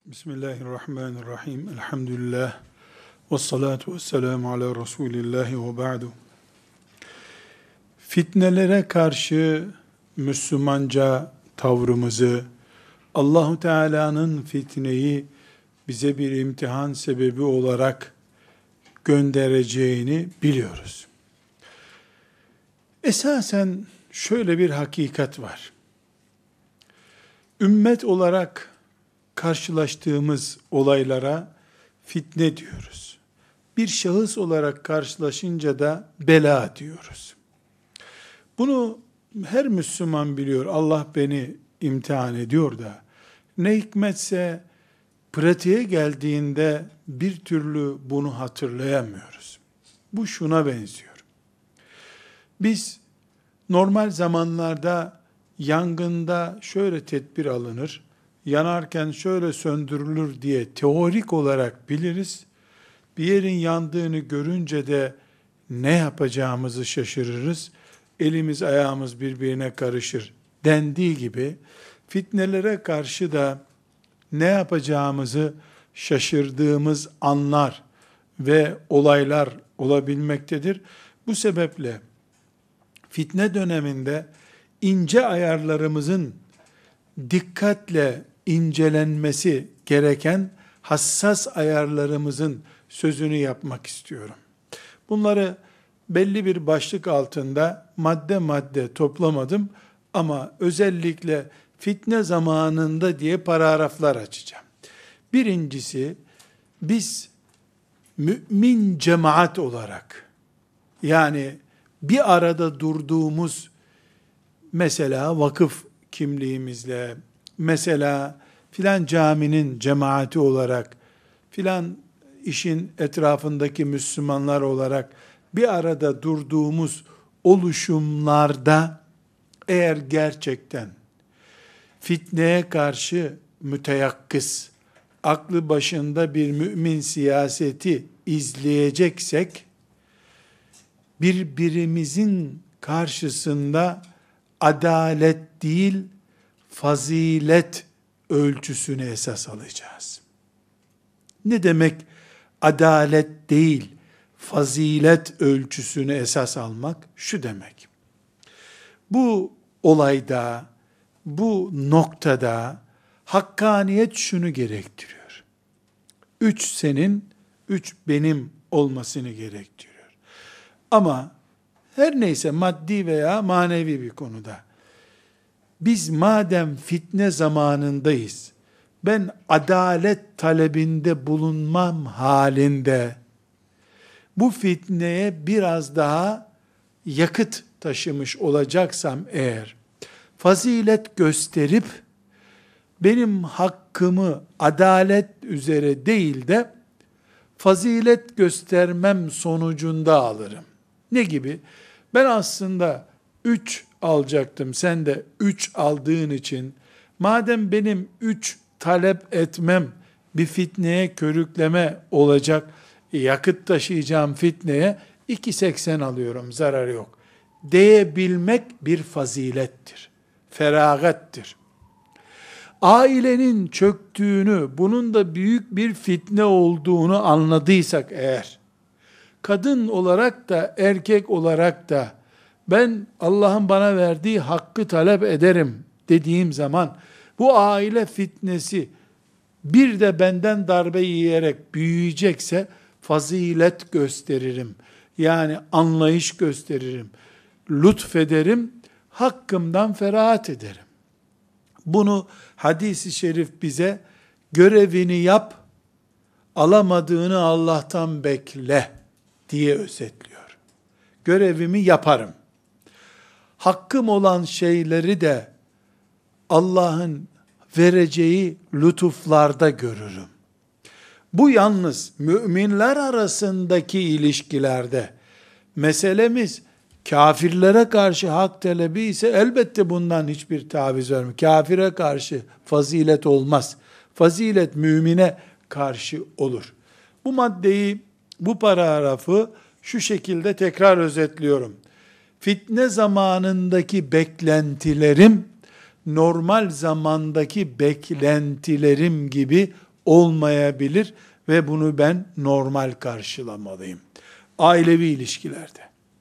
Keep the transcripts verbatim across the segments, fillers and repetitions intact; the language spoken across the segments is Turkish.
Bismillahirrahmanirrahim. Elhamdülillah. Ve salatu ve selamu ala Resulillahi ve ba'du. Fitnelere karşı Müslümanca tavrımızı, Allahu Teala'nın fitneyi bize bir imtihan sebebi olarak göndereceğini biliyoruz. Esasen şöyle bir hakikat var. Ümmet olarak karşılaştığımız olaylara fitne diyoruz. Bir şahıs olarak karşılaşınca da bela diyoruz. Bunu her Müslüman biliyor. Allah beni imtihan ediyor da ne hikmetse pratiğe geldiğinde bir türlü bunu hatırlayamıyoruz. Bu şuna benziyor. Biz normal zamanlarda yangında şöyle tedbir alınır, yanarken şöyle söndürülür diye teorik olarak biliriz. Bir yerin yandığını görünce de ne yapacağımızı şaşırırız. Elimiz ayağımız birbirine karışır dendiği gibi fitnelere karşı da ne yapacağımızı şaşırdığımız anlar ve olaylar olabilmektedir. Bu sebeple fitne döneminde ince ayarlarımızın dikkatle incelenmesi gereken hassas ayarlarımızın sözünü yapmak istiyorum. Bunları belli bir başlık altında madde madde toplamadım ama özellikle fitne zamanında diye paragraflar açacağım. Birincisi, biz mümin cemaat olarak, yani bir arada durduğumuz, mesela vakıf kimliğimizle, mesela filan caminin cemaati olarak, filan işin etrafındaki Müslümanlar olarak bir arada durduğumuz oluşumlarda eğer gerçekten fitneye karşı müteyakkız, aklı başında bir mümin siyaseti izleyeceksek, birbirimizin karşısında adalet değil, fazilet ölçüsünü esas alacağız. Ne demek adalet değil, fazilet ölçüsünü esas almak? Şu demek. Bu olayda, bu noktada hakkaniyet şunu gerektiriyor. Üç senin, üç benim olmasını gerektiriyor. Ama her neyse maddi veya manevi bir konuda biz madem fitne zamanındayız, ben adalet talebinde bulunmam halinde bu fitneye biraz daha yakıt taşımış olacaksam eğer, fazilet gösterip benim hakkımı adalet üzere değil de fazilet göstermem sonucunda alırım. Ne gibi? Ben aslında üç alacaktım, sen de üç aldığın için, madem benim üç talep etmem bir fitneye körükleme olacak, yakıt taşıyacağım fitneye iki seksen alıyorum, zararı yok diyebilmek bir fazilettir, feragattir. Ailenin çöktüğünü, bunun da büyük bir fitne olduğunu anladıysak eğer, kadın olarak da erkek olarak da ben Allah'ın bana verdiği hakkı talep ederim dediğim zaman, bu aile fitnesi bir de benden darbe yiyerek büyüyecekse fazilet gösteririm. Yani anlayış gösteririm, lütfederim, hakkımdan ferahat ederim. Bunu hadis-i şerif bize görevini yap, alamadığını Allah'tan bekle diye özetliyor. Görevimi yaparım. Hakkım olan şeyleri de Allah'ın vereceği lütuflarda görürüm. Bu yalnız müminler arasındaki ilişkilerde, meselemiz kafirlere karşı hak talebi ise elbette bundan hiçbir taviz vermem. Kafire karşı fazilet olmaz. Fazilet mümine karşı olur. Bu maddeyi, bu paragrafı şu şekilde tekrar özetliyorum. Fitne zamanındaki beklentilerim, normal zamandaki beklentilerim gibi olmayabilir ve bunu ben normal karşılamalıyım. Ailevi ilişkilerde,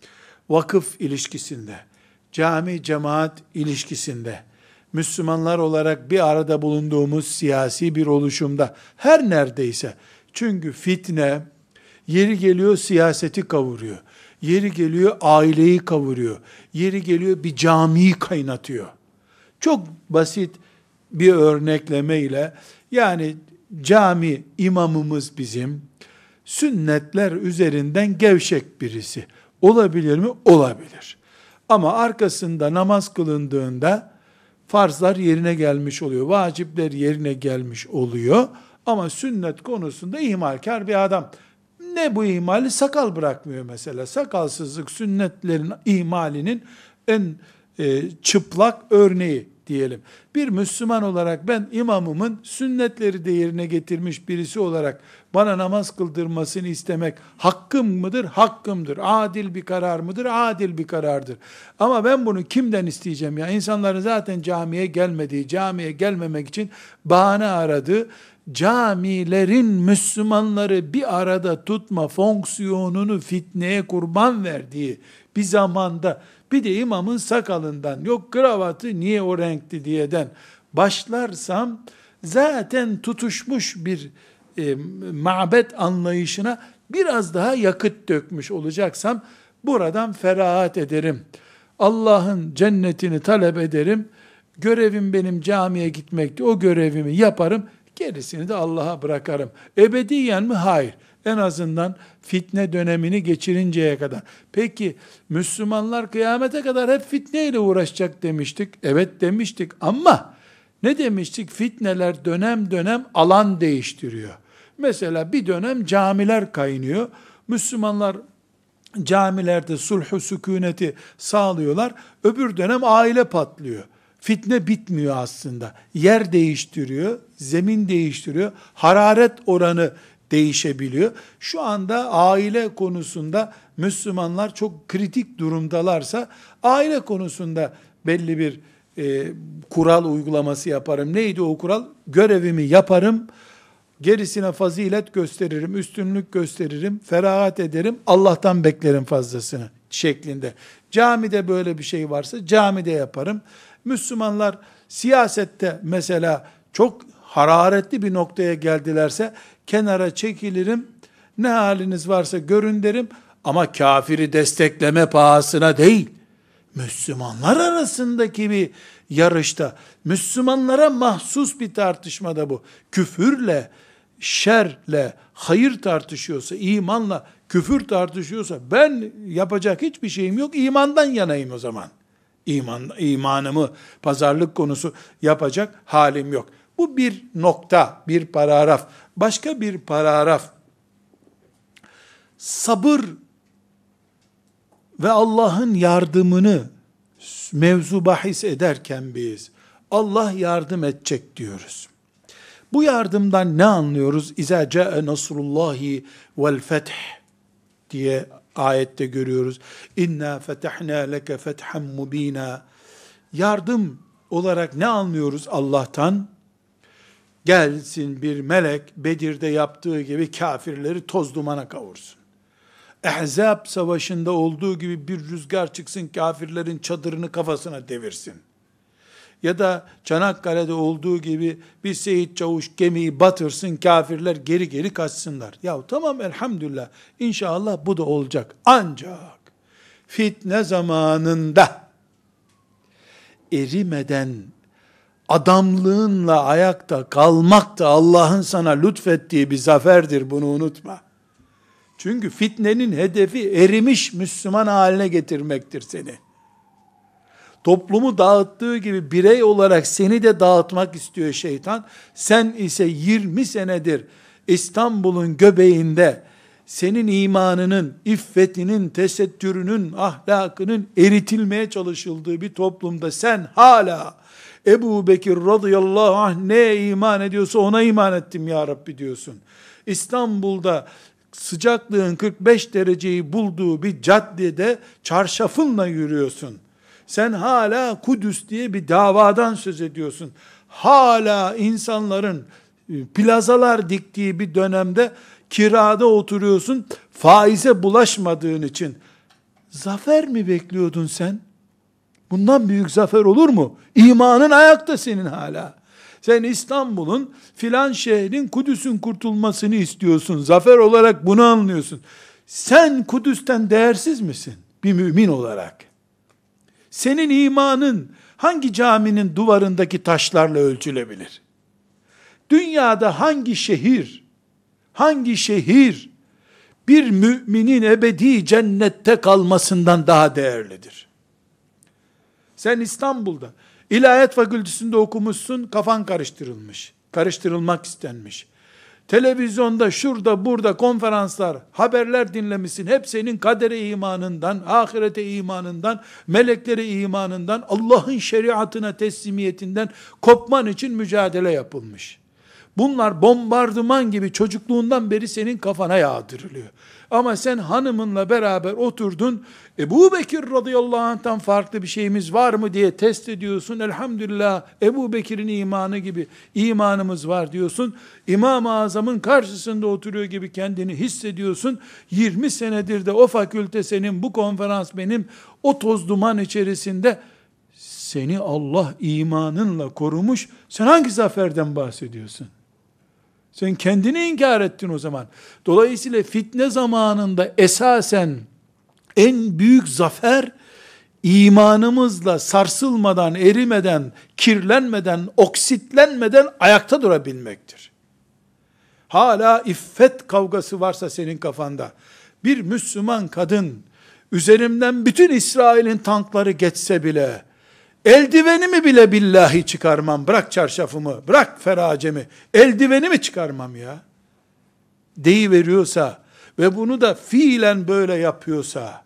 vakıf ilişkisinde, cami cemaat ilişkisinde, Müslümanlar olarak bir arada bulunduğumuz siyasi bir oluşumda, her neredeyse, çünkü fitne yeri geliyor siyaseti kavuruyor, yeri geliyor aileyi kavuruyor, yeri geliyor bir camiyi kaynatıyor. Çok basit bir örneklemeyle, yani cami imamımız bizim sünnetler üzerinden gevşek birisi. Olabilir mi? Olabilir. Ama arkasında namaz kılındığında farzlar yerine gelmiş oluyor. Vacipler yerine gelmiş oluyor. Ama sünnet konusunda ihmalkar bir adam. Ne bu ihmali? Sakal bırakmıyor mesela. Sakalsızlık sünnetlerin ihmalinin en e, çıplak örneği diyelim. Bir Müslüman olarak ben imamımın sünnetleri de yerine getirmiş birisi olarak bana namaz kıldırmasını istemek hakkım mıdır? Hakkımdır. Adil bir karar mıdır? Adil bir karardır. Ama ben bunu kimden isteyeceğim ya? İnsanların zaten camiye gelmediği, camiye gelmemek için bahane aradığı, camilerin Müslümanları bir arada tutma fonksiyonunu fitneye kurban verdiği bir zamanda, bir de imamın sakalından, yok kravatı niye o renkli diyeden başlarsam, zaten tutuşmuş bir e, mabet anlayışına biraz daha yakıt dökmüş olacaksam, buradan ferahat ederim. Allah'ın cennetini talep ederim. Görevim benim camiye gitmekti. O görevimi yaparım. Gerisini de Allah'a bırakarım. Ebediyen mi? Hayır. En azından fitne dönemini geçirinceye kadar. Peki Müslümanlar kıyamete kadar hep fitneyle uğraşacak demiştik. Evet demiştik ama ne demiştik? Fitneler dönem dönem alan değiştiriyor. Mesela bir dönem camiler kaynıyor. Müslümanlar camilerde sulhu sükuneti sağlıyorlar. Öbür dönem aile patlıyor. Fitne bitmiyor aslında. Yer değiştiriyor, zemin değiştiriyor, hararet oranı değişebiliyor. Şu anda aile konusunda Müslümanlar çok kritik durumdalarsa, aile konusunda belli bir e, kural uygulaması yaparım. Neydi o kural? Görevimi yaparım, gerisine fazilet gösteririm, üstünlük gösteririm, ferahat ederim, Allah'tan beklerim fazlasını şeklinde. Camide böyle bir şey varsa camide yaparım. Müslümanlar siyasette mesela çok hararetli bir noktaya geldilerse kenara çekilirim, ne haliniz varsa görün derim, ama kafiri destekleme pahasına değil, Müslümanlar arasındaki bir yarışta, Müslümanlara mahsus bir tartışmada bu. Küfürle, şerle, hayır tartışıyorsa, imanla küfür tartışıyorsa, ben yapacak hiçbir şeyim yok, imandan yanayım o zaman. İman, imanımı pazarlık konusu yapacak halim yok. Bu bir nokta, bir paragraf. Başka bir paragraf. Sabır ve Allah'ın yardımını mevzu bahis ederken biz Allah yardım edecek diyoruz. Bu yardımdan ne anlıyoruz? İza ca'e nasrullahi vel feth diye ayette görüyoruz. İnna fetahna leke fethan mubina. Yardım olarak ne anlıyoruz Allah'tan? Gelsin bir melek Bedir'de yaptığı gibi kafirleri toz dumana kavursun. Ehzab savaşında olduğu gibi bir rüzgar çıksın, kafirlerin çadırını kafasına devirsin. Ya da Çanakkale'de olduğu gibi bir Seyit Çavuş gemiyi batırsın, kafirler geri geri kaçsınlar. Ya tamam, elhamdülillah, İnşallah bu da olacak. Ancak fitne zamanında erimeden adamlığınla ayakta kalmak da Allah'ın sana lütfettiği bir zaferdir, bunu unutma. Çünkü fitnenin hedefi erimiş Müslüman haline getirmektir seni. Toplumu dağıttığı gibi birey olarak seni de dağıtmak istiyor şeytan. Sen ise yirmi senedir İstanbul'un göbeğinde senin imanının, iffetinin, tesettürünün, ahlakının eritilmeye çalışıldığı bir toplumda sen hala Ebu Bekir radıyallahu anh neye iman ediyorsa ona iman ettim ya Rabbi diyorsun. İstanbul'da sıcaklığın kırk beş dereceyi bulduğu bir caddede çarşafınla yürüyorsun. Sen hala Kudüs diye bir davadan söz ediyorsun. Hala insanların plazalar diktiği bir dönemde kirada oturuyorsun, faize bulaşmadığın için. Zafer mi bekliyordun sen? Bundan büyük zafer olur mu? İmanın ayakta senin hala. Sen İstanbul'un filan şehrin, Kudüs'ün kurtulmasını istiyorsun. Zafer olarak bunu anlıyorsun. Sen Kudüs'ten değersiz misin? Bir mümin olarak. Senin imanın hangi caminin duvarındaki taşlarla ölçülebilir? Dünyada hangi şehir, hangi şehir bir müminin ebedi cennette kalmasından daha değerlidir? Sen İstanbul'da İlahiyat Fakültesinde okumuşsun, kafan karıştırılmış, karıştırılmak istenmiş. Televizyonda, şurada, burada konferanslar, haberler dinlemişsin. Hep senin kadere imanından, ahirete imanından, meleklere imanından, Allah'ın şeriatına teslimiyetinden kopman için mücadele yapılmış. Bunlar bombardıman gibi çocukluğundan beri senin kafana yağdırılıyor. Ama sen hanımınla beraber oturdun, Ebu Bekir radıyallahu anh'tan farklı bir şeyimiz var mı diye test ediyorsun. Elhamdülillah Ebu Bekir'in imanı gibi imanımız var diyorsun. İmam-ı Azam'ın karşısında oturuyor gibi kendini hissediyorsun. yirmi senedir de o fakülte senin, bu konferans benim, o toz duman içerisinde seni Allah imanınla korumuş. Sen hangi zaferden bahsediyorsun? Sen kendini inkar ettin o zaman. Dolayısıyla fitne zamanında esasen en büyük zafer, imanımızla sarsılmadan, erimeden, kirlenmeden, oksitlenmeden ayakta durabilmektir. Hala iffet kavgası varsa senin kafanda, bir Müslüman kadın, üzerimden bütün İsrail'in tankları geçse bile, eldivenimi bile billahi çıkarmam, bırak çarşafımı, bırak feracemi, eldivenimi çıkarmam ya, deyiveriyorsa ve bunu da fiilen böyle yapıyorsa,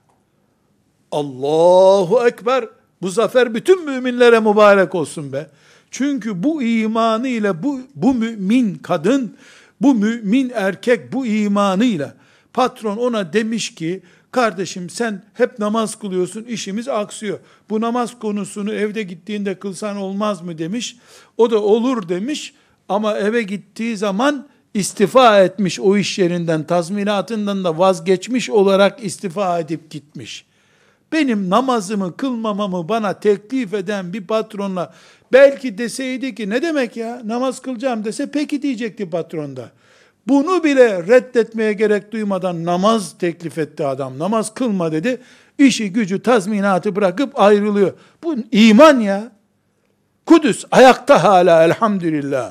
Allahu Ekber, bu zafer bütün müminlere mübarek olsun be. Çünkü bu imanıyla, bu, bu mümin kadın, bu mümin erkek bu imanıyla, patron ona demiş ki, kardeşim sen hep namaz kılıyorsun, işimiz aksıyor. Bu namaz konusunu evde gittiğinde kılsan olmaz mı demiş. O da olur demiş ama eve gittiği zaman istifa etmiş, o iş yerinden, tazminatından da vazgeçmiş olarak istifa edip gitmiş. Benim namazımı kılmamamı bana teklif eden bir patronla belki deseydi ki ne demek ya, namaz kılacağım dese peki diyecekti patron da. Bunu bile reddetmeye gerek duymadan namaz teklif etti adam. Namaz kılma dedi. İşi gücü tazminatı bırakıp ayrılıyor. Bu iman ya. Kudüs ayakta hala elhamdülillah.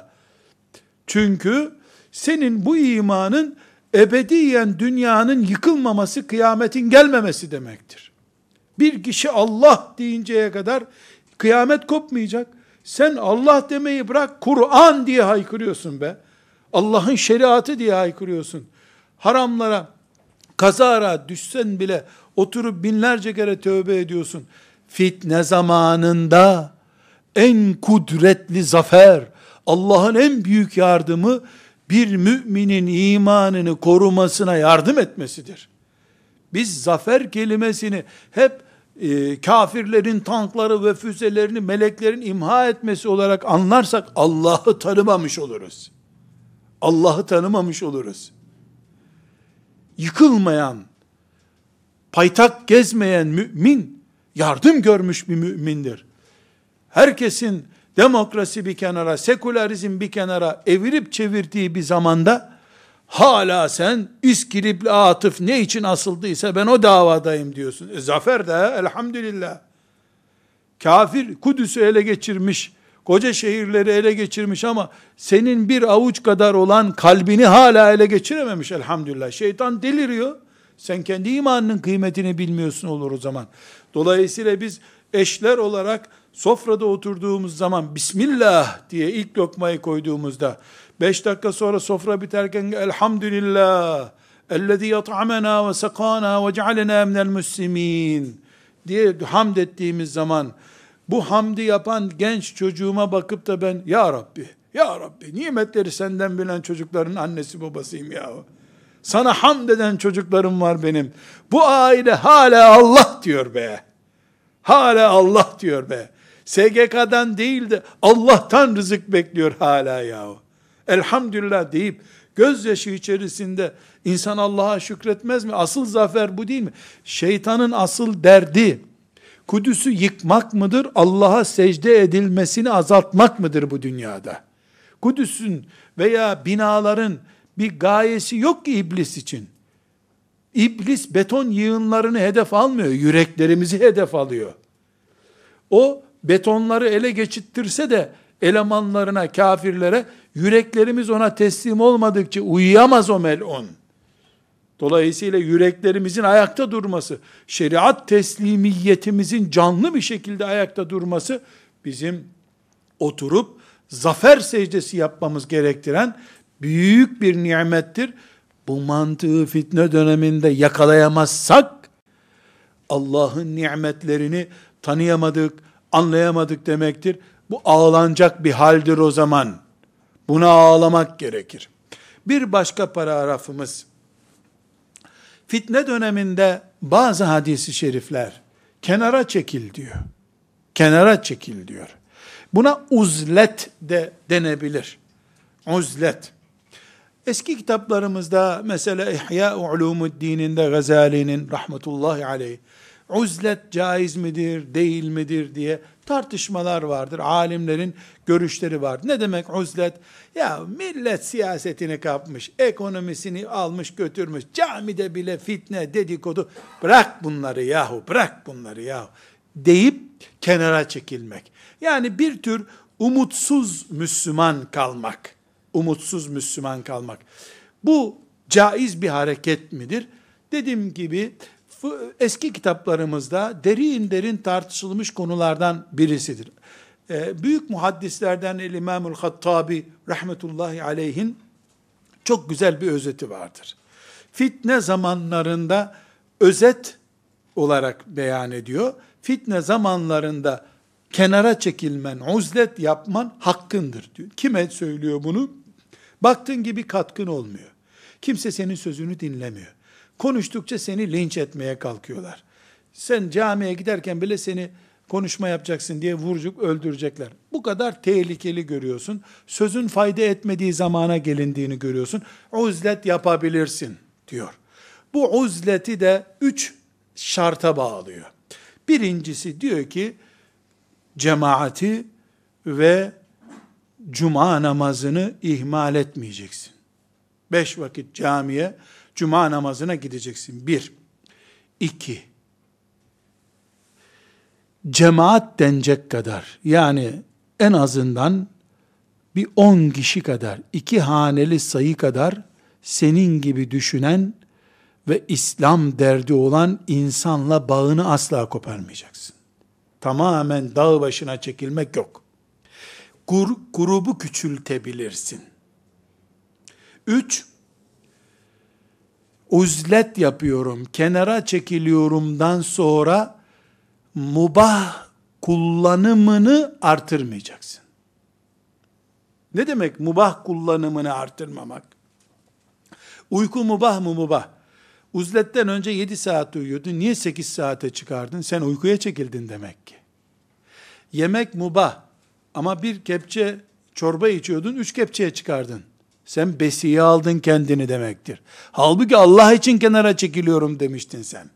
Çünkü senin bu imanın ebediyen dünyanın yıkılmaması, kıyametin gelmemesi demektir. Bir kişi Allah deyinceye kadar kıyamet kopmayacak. Sen Allah demeyi bırak, Kur'an diye haykırıyorsun be. Allah'ın şeriatı diye haykırıyorsun. Haramlara, kazara düşsen bile oturup binlerce kere tövbe ediyorsun. Fitne zamanında en kudretli zafer, Allah'ın en büyük yardımı bir müminin imanını korumasına yardım etmesidir. Biz zafer kelimesini hep e, kafirlerin tankları ve füzelerini meleklerin imha etmesi olarak anlarsak Allah'ı tanımamış oluruz. Allah'ı tanımamış oluruz. Yıkılmayan, paytak gezmeyen mümin, yardım görmüş bir mümindir. Herkesin demokrasi bir kenara, sekülerizm bir kenara evirip çevirdiği bir zamanda, hala sen İskilipli Atıf ne için asıldıysa ben o davadayım diyorsun. E, zafer de elhamdülillah. Kafir Kudüs'ü ele geçirmiş, koca şehirleri ele geçirmiş ama senin bir avuç kadar olan kalbini hala ele geçirememiş elhamdülillah. Şeytan deliriyor. Sen kendi imanının kıymetini bilmiyorsun olur o zaman. Dolayısıyla biz eşler olarak sofrada oturduğumuz zaman Bismillah diye ilk lokmayı koyduğumuzda, beş dakika sonra sofra biterken elhamdülillah ellezî yat'amena ve sekâna ve cealena minel müslimîn diye hamd ettiğimiz zaman, bu hamdi yapan genç çocuğuma bakıp da ben, ya Rabbi, ya Rabbi, nimetleri senden bilen çocukların annesi babasıyım ya. Sana hamd eden çocuklarım var benim. Bu aile hala Allah diyor be. Hala Allah diyor be. S G K'dan değil de Allah'tan rızık bekliyor hala ya. elhamdülillah deyip gözyaşı içerisinde insan Allah'a şükretmez mi? Asıl zafer bu değil mi? Şeytanın asıl derdi Kudüs'ü yıkmak mıdır? Allah'a secde edilmesini azaltmak mıdır bu dünyada? Kudüs'ün veya binaların bir gayesi yok ki iblis için. İblis beton yığınlarını hedef almıyor, yüreklerimizi hedef alıyor. O betonları ele geçittirse de elemanlarına, kafirlere, yüreklerimiz ona teslim olmadıkça uyuyamaz o melun. Dolayısıyla yüreklerimizin ayakta durması, şeriat teslimiyetimizin canlı bir şekilde ayakta durması, bizim oturup zafer secdesi yapmamız gerektiren büyük bir nimettir. Bu mantığı fitne döneminde yakalayamazsak, Allah'ın nimetlerini tanıyamadık, anlayamadık demektir. Bu ağlanacak bir haldir o zaman. Buna ağlamak gerekir. Bir başka paragrafımız, fitne döneminde bazı hadis-i şerifler kenara çekil diyor. Kenara çekil diyor. Buna uzlet de denebilir. Uzlet. Eski kitaplarımızda mesela İhya-u Ulumuddin'inde Gazali'nin rahmetullahi aleyh uzlet caiz midir, değil midir diye tartışmalar vardır. Alimlerin görüşleri var. Ne demek uzlet? Ya millet siyasetini kapmış, ekonomisini almış götürmüş, camide bile fitne, dedikodu, bırak bunları yahu, bırak bunları yahu deyip kenara çekilmek. Yani bir tür umutsuz Müslüman kalmak. Umutsuz Müslüman kalmak. Bu caiz bir hareket midir? Dediğim gibi eski kitaplarımızda derin derin tartışılmış konulardan birisidir. Ee, büyük muhaddislerden İmam-ül Hattabi rahmetullahi aleyhin çok güzel bir özeti vardır. Fitne zamanlarında özet olarak beyan ediyor. Fitne zamanlarında kenara çekilmen, uzlet yapman hakkındır diyor. Kime söylüyor bunu? Baktığın gibi katkın olmuyor. Kimse senin sözünü dinlemiyor. Konuştukça seni linç etmeye kalkıyorlar. Sen camiye giderken bile seni konuşma yapacaksın diye vurup öldürecekler. Bu kadar tehlikeli görüyorsun. Sözün fayda etmediği zamana gelindiğini görüyorsun. Uzlet yapabilirsin diyor. Bu uzleti de üç şarta bağlıyor. Birincisi diyor ki, cemaati ve cuma namazını ihmal etmeyeceksin. Beş vakit camiye, cuma namazına gideceksin. Bir. İki. Cemaat denecek kadar, yani en azından bir on kişi kadar, iki haneli sayı kadar senin gibi düşünen ve İslam derdi olan insanla bağını asla koparmayacaksın. Tamamen dağ başına çekilmek yok. Gur, grubu küçültebilirsin. Üç, uzlet yapıyorum, kenara çekiliyorumdan sonra mubah kullanımını artırmayacaksın. Ne demek mubah kullanımını artırmamak? Uyku mubah mı mubah? Uzletten önce yedi saat uyuyordun, niye sekiz saate çıkardın? Sen uykuya çekildin demek ki. Yemek mubah ama bir kepçe çorba içiyordun, üç kepçeye çıkardın. Sen besiye aldın kendini demektir. Halbuki Allah için kenara çekiliyorum demiştin sen.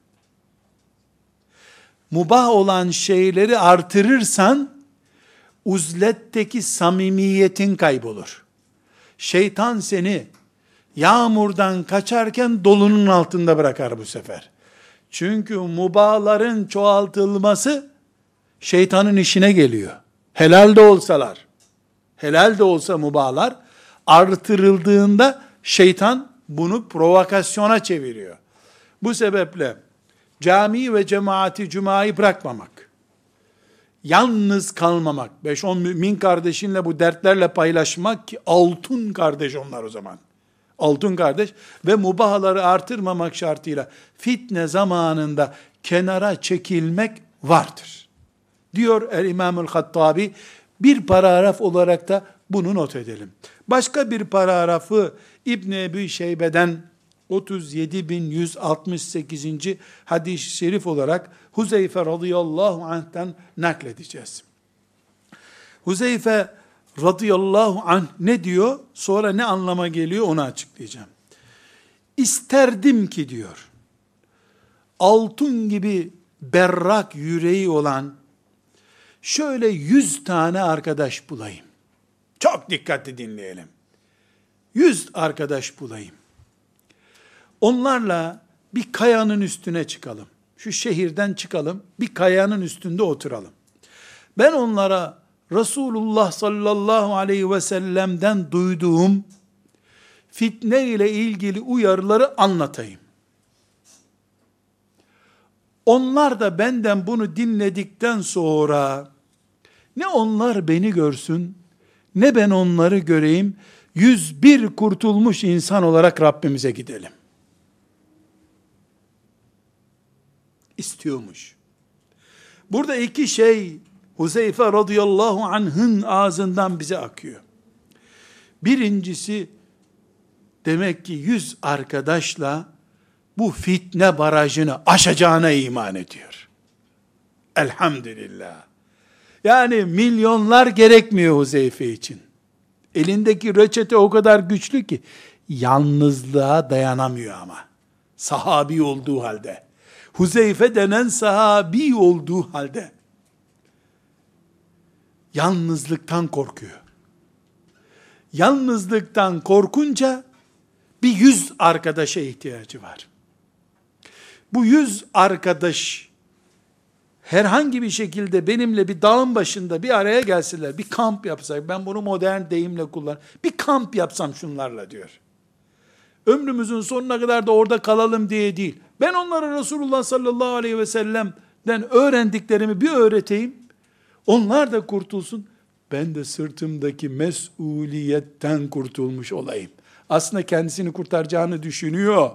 Mubah olan şeyleri artırırsan, uzletteki samimiyetin kaybolur. Şeytan seni yağmurdan kaçarken dolunun altında bırakar bu sefer. Çünkü mubahların çoğaltılması şeytanın işine geliyor. Helal de olsalar, helal de olsa mubahlar, artırıldığında şeytan bunu provokasyona çeviriyor. Bu sebeple cami ve cemaati, cumayı bırakmamak, yalnız kalmamak, beş on mümin kardeşinle bu dertlerle paylaşmak ki altın kardeş onlar o zaman. Altın kardeş ve mubahları artırmamak şartıyla fitne zamanında kenara çekilmek vardır. Diyor el-İmamul Hattabi, bir paragraf olarak da bunu not edelim. Başka bir paragrafı İbn Ebi Şeybe'den otuz yedi bin yüz altmış sekizinci hadis-i şerif olarak Huzeyfe radıyallahu anh'tan nakledeceğiz. Huzeyfe radıyallahu anh ne diyor? Sonra ne anlama geliyor onu açıklayacağım. İsterdim ki diyor, altın gibi berrak yüreği olan şöyle yüz tane arkadaş bulayım. Çok dikkatli dinleyelim. Yüz arkadaş bulayım. Onlarla bir kayanın üstüne çıkalım. Şu şehirden çıkalım, bir kayanın üstünde oturalım. Ben onlara Resulullah sallallahu aleyhi ve sellem'den duyduğum fitne ile ilgili uyarıları anlatayım. Onlar da benden bunu dinledikten sonra ne onlar beni görsün, ne ben onları göreyim, yüz bir kurtulmuş insan olarak Rabbimize gidelim. İstiyormuş. Burada iki şey Huzeyfe radıyallahu anh'ın ağzından bize akıyor. Birincisi, demek ki yüz arkadaşla bu fitne barajını aşacağına iman ediyor. Elhamdülillah. Yani milyonlar gerekmiyor Huzeyfe için. Elindeki reçete o kadar güçlü ki yalnızlığa dayanamıyor ama. Sahabi olduğu halde. Huzeyfe denen sahabi olduğu halde yalnızlıktan korkuyor. Yalnızlıktan korkunca bir yüz arkadaşa ihtiyacı var. Bu yüz arkadaş herhangi bir şekilde benimle bir dağın başında bir araya gelseler, bir kamp yapsak, ben bunu modern deyimle kullan, bir kamp yapsam şunlarla diyor. Ömrümüzün sonuna kadar da orada kalalım diye değil. Ben onlara Resulullah sallallahu aleyhi ve sellem'den öğrendiklerimi bir öğreteyim. Onlar da kurtulsun. Ben de sırtımdaki mesuliyetten kurtulmuş olayım. Aslında kendisini kurtaracağını düşünüyor.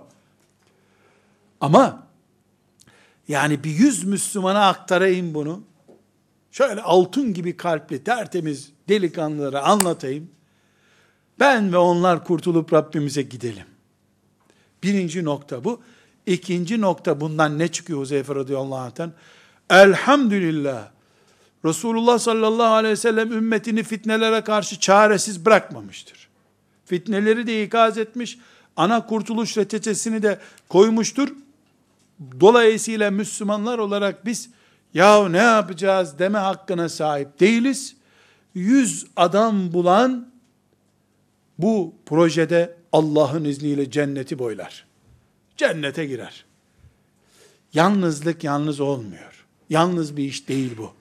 Ama yani bir yüz Müslümana aktarayım bunu. Şöyle altın gibi kalpli, tertemiz delikanlılara anlatayım. Ben ve onlar kurtulup Rabbimize gidelim. Birinci nokta bu. İkinci nokta, bundan ne çıkıyor Huzeyfe radıyallahu anh'tan? Elhamdülillah. Resulullah sallallahu aleyhi ve sellem ümmetini fitnelere karşı çaresiz bırakmamıştır. Fitneleri de ikaz etmiş, ana kurtuluş reçetesini de koymuştur. Dolayısıyla Müslümanlar olarak biz, ya ne yapacağız deme hakkına sahip değiliz. Yüz adam bulan bu projede Allah'ın izniyle cenneti boylar. Cennete girer. Yalnızlık yalnız olmuyor. Yalnız bir iş değil bu.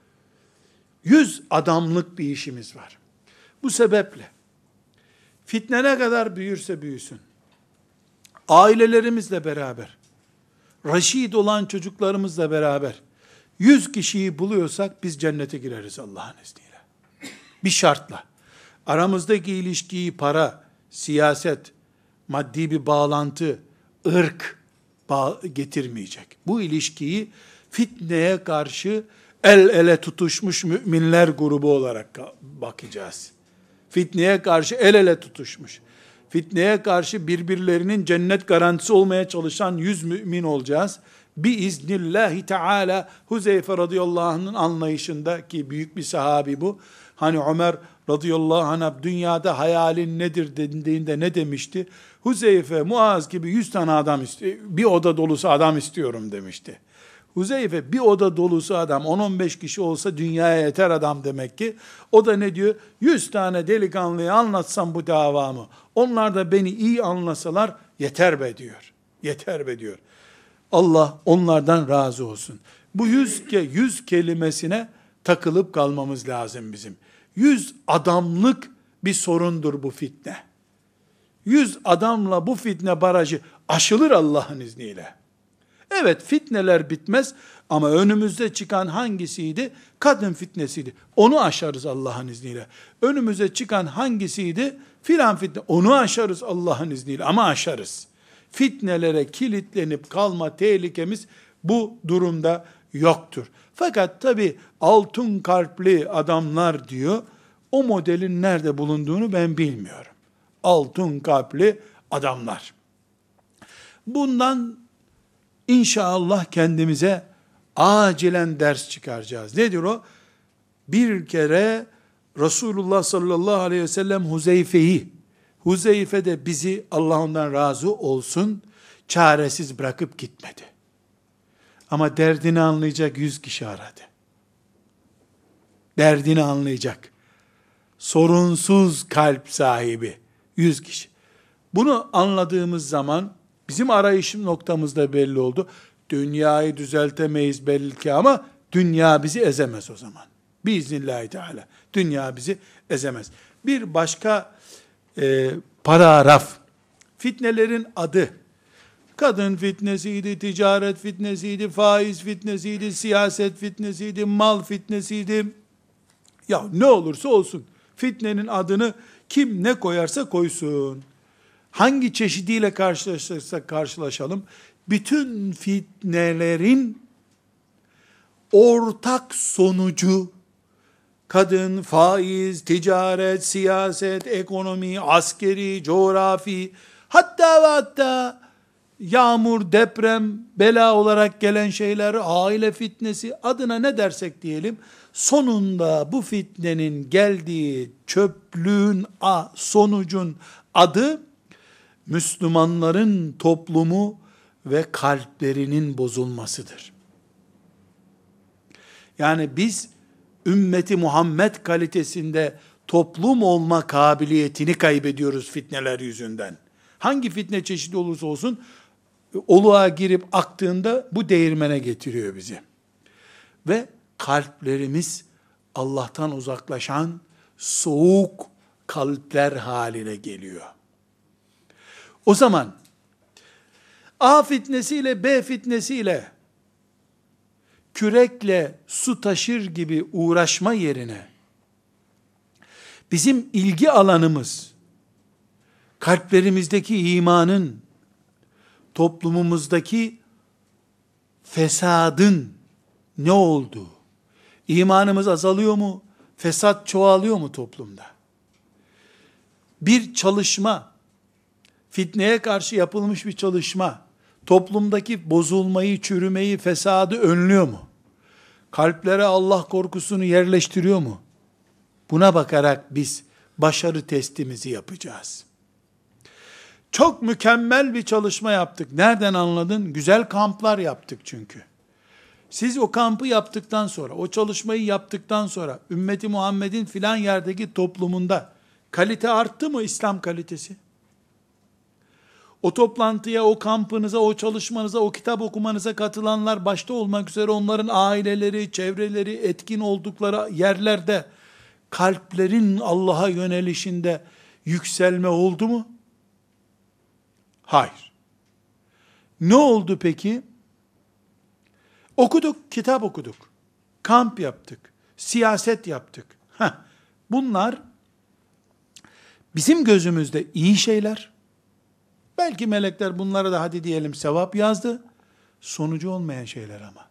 Yüz adamlık bir işimiz var. Bu sebeple fitne ne kadar büyürse büyüsün, ailelerimizle beraber, raşid olan çocuklarımızla beraber yüz kişiyi buluyorsak biz cennete gireriz Allah'ın izniyle. Bir şartla. Aramızdaki ilişkiyi para, siyaset, maddi bir bağlantı, ırk bağ getirmeyecek. Bu ilişkiyi fitneye karşı el ele tutuşmuş müminler grubu olarak bakacağız. Fitneye karşı el ele tutuşmuş, fitneye karşı birbirlerinin cennet garantisi olmaya çalışan yüz mümin olacağız. Biiznillahi Teala Huzeyfe radıyallahu anh'ın anlayışındaki büyük bir sahabi bu. Hani Ömer radıyallahu anh dünyada hayalin nedir dediğinde ne demişti? Huzeyfe, Muaz gibi yüz tane adam istiyor, bir oda dolusu adam istiyorum demişti. Huzeyfe bir oda dolusu adam, on on beş kişi olsa dünyaya yeter adam demek ki. O da ne diyor? yüz tane delikanlıya anlatsam bu davamı, onlar da beni iyi anlasalar yeter be diyor. Yeter be diyor. Allah onlardan razı olsun. Bu yüz, ke, yüz kelimesine takılıp kalmamız lazım bizim. Yüz adamlık bir sorundur bu fitne. Yüz adamla bu fitne barajı aşılır Allah'ın izniyle. Evet, fitneler bitmez ama önümüzde çıkan hangisiydi? Kadın fitnesiydi. Onu aşarız Allah'ın izniyle. Önümüze çıkan hangisiydi? Filan fitne. Onu aşarız Allah'ın izniyle ama aşarız. Fitnelere kilitlenip kalma tehlikemiz bu durumda yoktur. Fakat tabi altın kalpli adamlar diyor, o modelin nerede bulunduğunu ben bilmiyorum. Altın kalpli adamlar. Bundan İnşallah kendimize acilen ders çıkaracağız. Nedir o? Bir kere Resulullah sallallahu aleyhi ve sellem Huzeyfe'yi, Huzeyfe de bizi, Allah ondan razı olsun, çaresiz bırakıp gitmedi. Ama derdini anlayacak yüz kişi aradı. Derdini anlayacak. Sorunsuz kalp sahibi yüz kişi. Bunu anladığımız zaman bizim arayışım noktamız da belli oldu. Dünyayı düzeltemeyiz belki ama dünya bizi ezemez o zaman. Biiznillahü teala. Dünya bizi ezemez. Bir başka e, paragraf. Fitnelerin adı. Kadın fitnesiydi, ticaret fitnesiydi, faiz fitnesiydi, siyaset fitnesiydi, mal fitnesiydi. Ya ne olursa olsun. Fitnenin adını kim ne koyarsa koysun. Hangi çeşidiyle karşılaşırsak karşılaşalım. Bütün fitnelerin ortak sonucu, kadın, faiz, ticaret, siyaset, ekonomi, askeri, coğrafi, hatta ve hatta yağmur, deprem, bela olarak gelen şeyler, aile fitnesi, adına ne dersek diyelim, sonunda bu fitnenin geldiği çöplüğün, a, sonucun adı, Müslümanların toplumu ve kalplerinin bozulmasıdır. Yani biz, ümmeti Muhammed kalitesinde toplum olma kabiliyetini kaybediyoruz fitneler yüzünden. Hangi fitne çeşidi olursa olsun, oluğa girip aktığında bu değirmene getiriyor bizi. Ve kalplerimiz Allah'tan uzaklaşan soğuk kalpler haline geliyor. O zaman A fitnesiyle B fitnesiyle kürekle su taşır gibi uğraşma yerine bizim ilgi alanımız kalplerimizdeki imanın, toplumumuzdaki fesadın ne olduğu, imanımız azalıyor mu, fesat çoğalıyor mu toplumda? Bir çalışma, fitneye karşı yapılmış bir çalışma, toplumdaki bozulmayı, çürümeyi, fesadı önlüyor mu? Kalplere Allah korkusunu yerleştiriyor mu? Buna bakarak biz başarı testimizi yapacağız. Çok mükemmel bir çalışma yaptık. Nereden anladın? Güzel kamplar yaptık çünkü. Siz o kampı yaptıktan sonra, o çalışmayı yaptıktan sonra, ümmeti Muhammed'in filan yerdeki toplumunda kalite arttı mı, İslam kalitesi? O toplantıya, o kampınıza, o çalışmanıza, o kitap okumanıza katılanlar başta olmak üzere onların aileleri, çevreleri, etkin oldukları yerlerde kalplerin Allah'a yönelişinde yükselme oldu mu? Hayır. Ne oldu peki? Okuduk, kitap okuduk. Kamp yaptık. Siyaset yaptık. Heh, bunlar bizim gözümüzde iyi şeyler. Belki melekler bunlara da hadi diyelim sevap yazdı. Sonucu olmayan şeyler ama.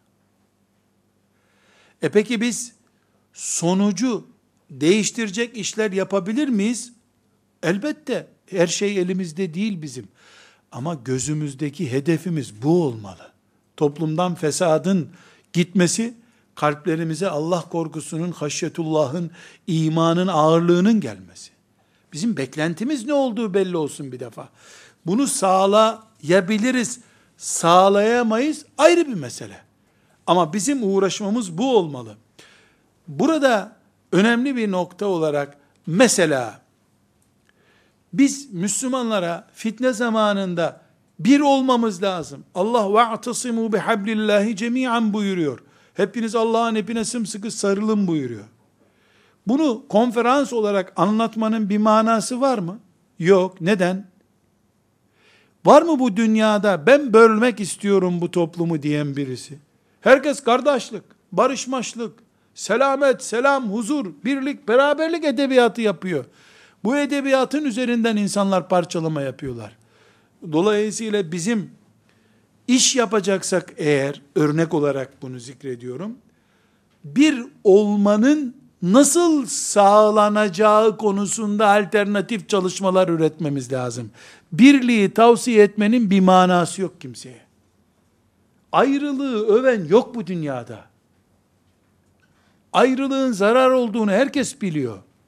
E peki biz sonucu değiştirecek işler yapabilir miyiz? Elbette. Her şey elimizde değil bizim. Ama gözümüzdeki hedefimiz bu olmalı. Toplumdan fesadın gitmesi, kalplerimize Allah korkusunun, haşyetullahın, imanın ağırlığının gelmesi. Bizim beklentimiz ne olduğu belli olsun bir defa. Bunu sağlayabiliriz, sağlayamayız ayrı bir mesele. Ama bizim uğraşmamız bu olmalı. Burada önemli bir nokta olarak mesela biz Müslümanlara fitne zamanında bir olmamız lazım. Allah ve'tasimu bihablillahi cemi'an buyuruyor. Hepiniz Allah'ın ipine sımsıkı sarılın buyuruyor. Bunu konferans olarak anlatmanın bir manası var mı? Yok. Neden? Var mı bu dünyada ben bölmek istiyorum bu toplumu diyen birisi? Herkes kardeşlik, barışmaşlık, selamet, selam, huzur, birlik, beraberlik edebiyatı yapıyor. Bu edebiyatın üzerinden insanlar parçalama yapıyorlar. Dolayısıyla bizim iş yapacaksak eğer, örnek olarak bunu zikrediyorum, bir olmanın nasıl sağlanacağı konusunda alternatif çalışmalar üretmemiz lazım. Birliği tavsiye etmenin bir manası yok kimseye. Ayrılığı öven yok bu dünyada. Ayrılığın zarar olduğunu herkes biliyor.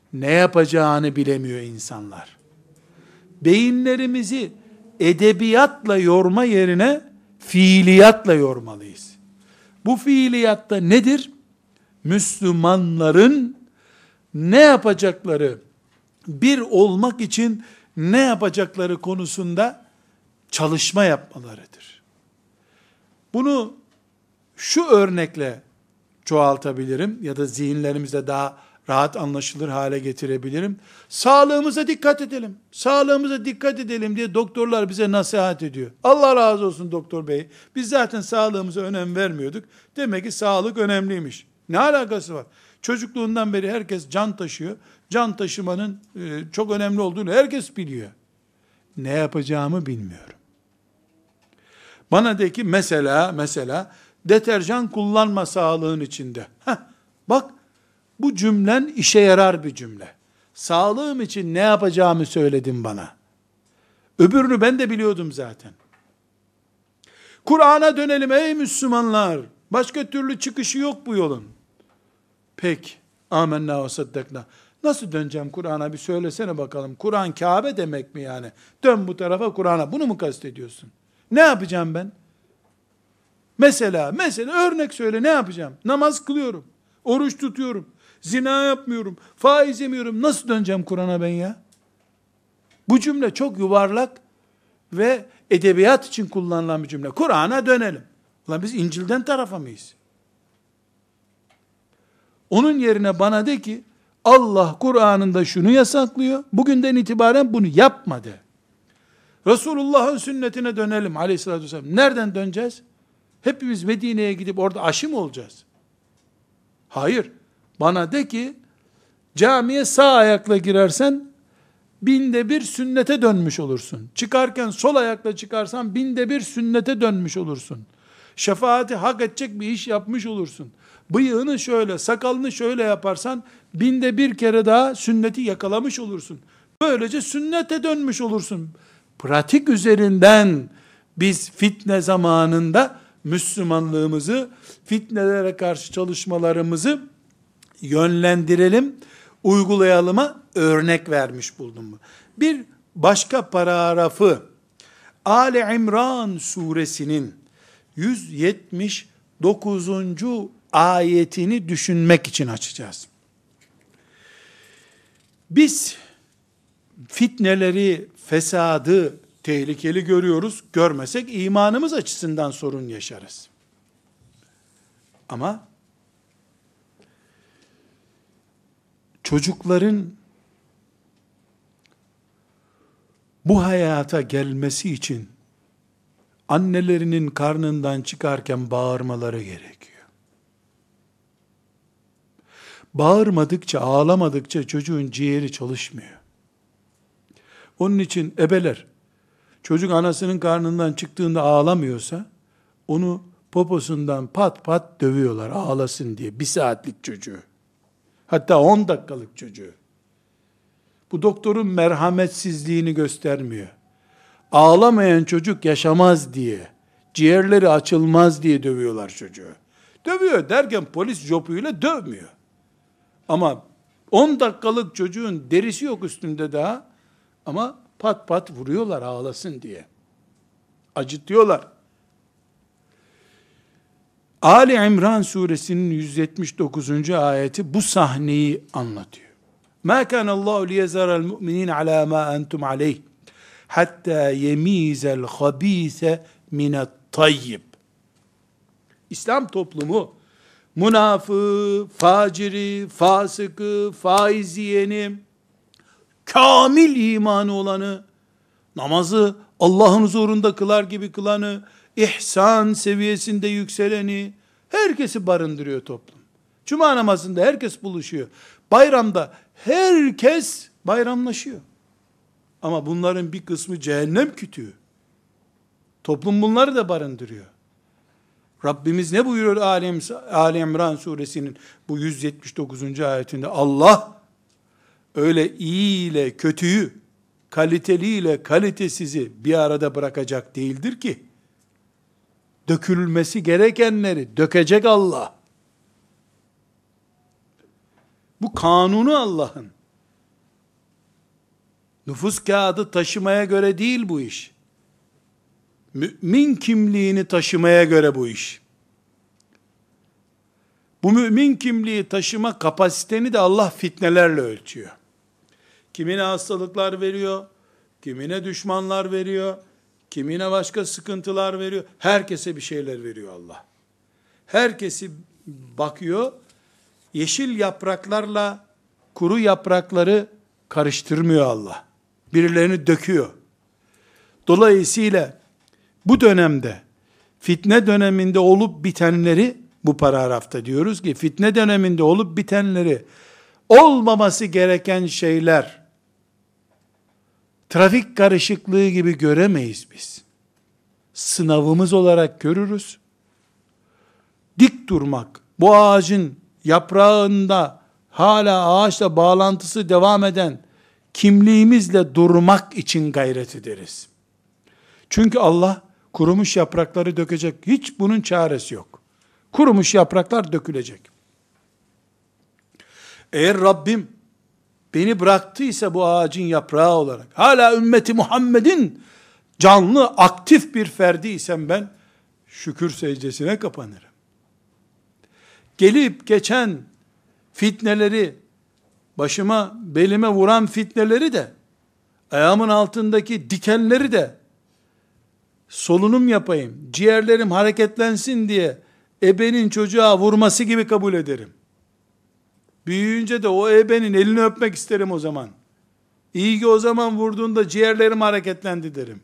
ne yapacağını bilemiyor insanlar. Beyinlerimizi edebiyatla yorma yerine fiiliyatla yormalıyız. Bu fiiliyatta nedir? Müslümanların ne yapacakları, bir olmak için ne yapacakları konusunda çalışma yapmalarıdır. Bunu şu örnekle çoğaltabilirim ya da zihinlerimizde daha rahat anlaşılır hale getirebilirim. Sağlığımıza dikkat edelim. Sağlığımıza dikkat edelim diye doktorlar bize nasihat ediyor. Allah razı olsun doktor bey. Biz zaten sağlığımıza önem vermiyorduk. Demek ki sağlık önemliymiş. Ne alakası var? Çocukluğundan beri herkes can taşıyor. Can taşımanın e, çok önemli olduğunu herkes biliyor. Ne yapacağımı bilmiyorum. Bana de ki mesela mesela deterjan kullanma sağlığın içinde. Heh, bak bu cümlen işe yarar bir cümle. Sağlığım için ne yapacağımı söyledin bana. Öbürünü ben de biliyordum zaten. Kur'an'a dönelim ey Müslümanlar. Başka türlü çıkışı yok bu yolun. Peki. Amenna ve saddakna. Nasıl döneceğim Kur'an'a bir söylesene bakalım. Kur'an Kabe demek mi yani? Dön bu tarafa Kur'an'a. Bunu mu kastediyorsun? Ne yapacağım ben? Mesela, mesela örnek söyle ne yapacağım? Namaz kılıyorum. Oruç tutuyorum. Zina yapmıyorum. Faiz yemiyorum. Nasıl döneceğim Kur'an'a ben ya? Bu cümle çok yuvarlak ve edebiyat için kullanılan bir cümle. Kur'an'a dönelim. Ulan biz İncil'den tarafa mıyız? Onun yerine bana de ki, Allah Kur'an'ında şunu yasaklıyor, bugünden itibaren bunu yapma de. Resulullah'ın sünnetine dönelim aleyhissalatü vesselam. Nereden döneceğiz? Hepimiz Medine'ye gidip orada aşı mı olacağız? Hayır. Bana de ki, camiye sağ ayakla girersen, binde bir sünnete dönmüş olursun. Çıkarken sol ayakla çıkarsan, binde bir sünnete dönmüş olursun. Şefaati hak edecek bir iş yapmış olursun. Bıyığını şöyle, sakalını şöyle yaparsan, binde bir kere daha sünneti yakalamış olursun. Böylece sünnete dönmüş olursun. Pratik üzerinden biz fitne zamanında Müslümanlığımızı, fitnelere karşı çalışmalarımızı yönlendirelim, uygulayalıma örnek vermiş buldum. Bir başka paragrafı Ali İmran suresinin yüz yetmiş dokuzuncu ayetini düşünmek için açacağız. Biz fitneleri, fesadı tehlikeli görüyoruz. Görmesek imanımız açısından sorun yaşarız. Ama çocukların bu hayata gelmesi için annelerinin karnından çıkarken bağırmaları gerekiyor. Bağırmadıkça, ağlamadıkça çocuğun ciğeri çalışmıyor. Onun için ebeler, çocuk anasının karnından çıktığında ağlamıyorsa, onu poposundan pat pat dövüyorlar ağlasın diye. Bir saatlik çocuğu. Hatta on dakikalık çocuğu. Bu doktorun merhametsizliğini göstermiyor. Ağlamayan çocuk yaşamaz diye, ciğerleri açılmaz diye dövüyorlar çocuğu. Dövüyor derken polis jopuyla dövmüyor. Ama on dakikalık çocuğun derisi yok üstünde daha, ama pat pat vuruyorlar ağlasın diye. Acıtıyorlar. Ali İmran suresinin yüz yetmiş dokuzuncu ayeti bu sahneyi anlatıyor. مَا كَانَ اللّٰهُ لِيَزَرَ الْمُؤْمِنِينَ عَلَى مَا أَنْتُمْ عَلَيْهِ حَتَّى يَم۪يزَ الْخَب۪يثَ مِنَ الطَّيِّبِ. İslam toplumu münafığı, faciri, fasıkı, faiz yiyeni, kamil imanı olanı, namazı Allah'ın huzurunda kılar gibi kılanı, ihsan seviyesinde yükseleni, herkesi barındırıyor toplum. Cuma namazında herkes buluşuyor. Bayramda herkes bayramlaşıyor. Ama bunların bir kısmı cehennem kütüğü. Toplum bunları da barındırıyor. Rabbimiz ne buyuruyor Ali İmran suresinin bu yüz yetmiş dokuzuncu ayetinde? Allah öyle iyi ile kötüyü, kaliteli ile kalitesizi bir arada bırakacak değildir ki. Dökülmesi gerekenleri dökecek Allah. Bu kanunu Allah'ın. Nüfus kağıdı taşımaya göre değil bu iş. Mümin kimliğini taşımaya göre bu iş. Bu mümin kimliği taşıma kapasiteni de Allah fitnelerle ölçüyor. Kimine hastalıklar veriyor, kimine düşmanlar veriyor, kimine başka sıkıntılar veriyor. Herkese bir şeyler veriyor Allah. Herkesi bakıyor, yeşil yapraklarla kuru yaprakları karıştırmıyor Allah. Birilerini döküyor. Dolayısıyla bu dönemde, fitne döneminde olup bitenleri, bu paragrafta diyoruz ki, fitne döneminde olup bitenleri, olmaması gereken şeyler, trafik karışıklığı gibi göremeyiz biz. Sınavımız olarak görürüz. Dik durmak, bu ağacın yaprağında hala ağaçla bağlantısı devam eden kimliğimizle durmak için gayret ederiz. Çünkü Allah kurumuş yaprakları dökecek. Hiç bunun çaresi yok. Kurumuş yapraklar dökülecek. Eğer Rabbim beni bıraktıysa bu ağacın yaprağı olarak, hala ümmeti Muhammed'in canlı, aktif bir ferdiysem ben, şükür secdesine kapanırım. Gelip geçen fitneleri, başıma, belime vuran fitneleri de, ayağımın altındaki dikenleri de, solunum yapayım, ciğerlerim hareketlensin diye, ebenin çocuğa vurması gibi kabul ederim. Büyüyünce de o ebenin elini öpmek isterim o zaman. İyi ki o zaman vurduğunda ciğerlerim hareketlendi derim.